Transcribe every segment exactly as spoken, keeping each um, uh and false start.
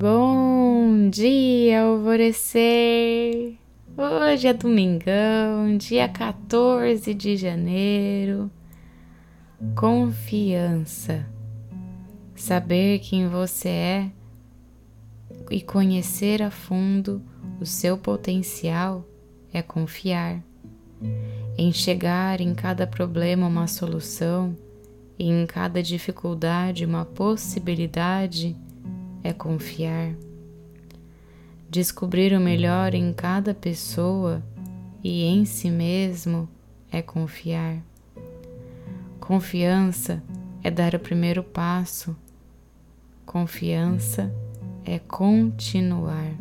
Bom dia, alvorecer! Hoje é domingão, dia quatorze de janeiro. Confiança. Saber quem você é e conhecer a fundo o seu potencial é confiar. Enxergar em cada problema uma solução e em cada dificuldade uma possibilidade é confiar. Descobrir o melhor em cada pessoa e em si mesmo é confiar. Confiança é dar o primeiro passo. Confiança é continuar.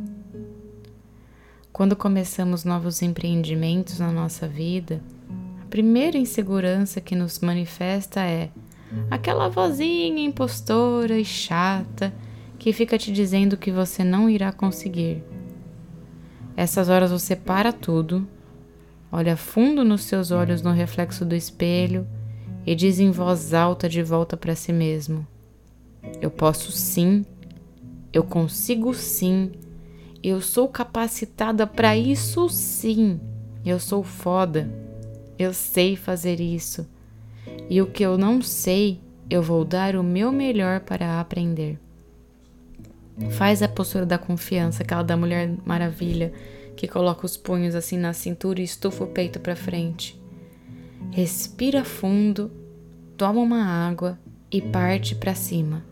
Quando começamos novos empreendimentos na nossa vida, a primeira insegurança que nos manifesta é aquela vozinha impostora e chata que fica te dizendo que você não irá conseguir. Essas horas você para tudo, olha fundo nos seus olhos no reflexo do espelho e diz em voz alta de volta para si mesmo: eu posso sim, eu consigo sim, eu sou capacitada para isso sim, eu sou foda, eu sei fazer isso, e o que eu não sei, eu vou dar o meu melhor para aprender. Faz a postura da confiança, aquela da Mulher Maravilha, que coloca os punhos assim na cintura e estufa o peito para frente. Respira fundo, toma uma água e parte para cima.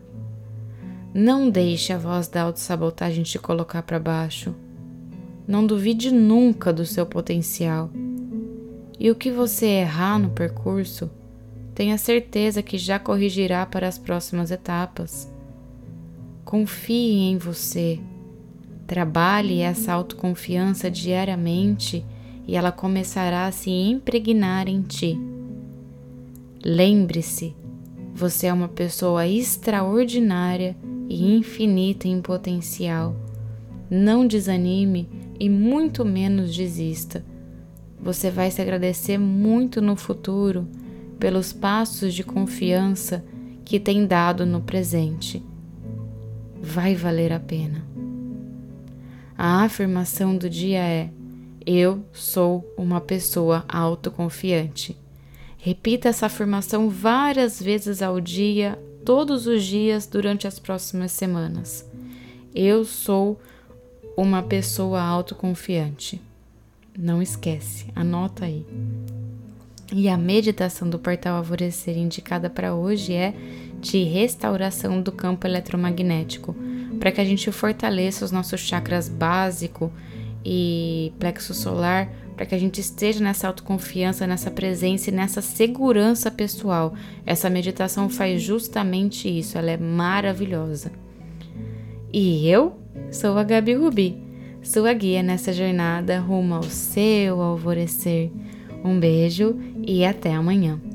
Não deixe a voz da autossabotagem te colocar para baixo. Não duvide nunca do seu potencial. E o que você errar no percurso, tenha certeza que já corrigirá para as próximas etapas. Confie em você. Trabalhe essa autoconfiança diariamente e ela começará a se impregnar em ti. Lembre-se, você é uma pessoa extraordinária e infinita em potencial. Não desanime e muito menos desista. Você vai se agradecer muito no futuro pelos passos de confiança que tem dado no presente. Vai valer a pena. A afirmação do dia é: eu sou uma pessoa autoconfiante. Repita essa afirmação várias vezes ao dia, todos os dias durante as próximas semanas. Eu sou uma pessoa autoconfiante. Não esquece, anota aí. E a meditação do Portal Alvorecer indicada para hoje é de restauração do campo eletromagnético, para que a gente fortaleça os nossos chakras básico e plexo solar, para que a gente esteja nessa autoconfiança, nessa presença e nessa segurança pessoal. Essa meditação faz justamente isso, ela é maravilhosa. E eu sou a Gabi Rubi, sua guia nessa jornada rumo ao seu alvorecer. Um beijo e até amanhã.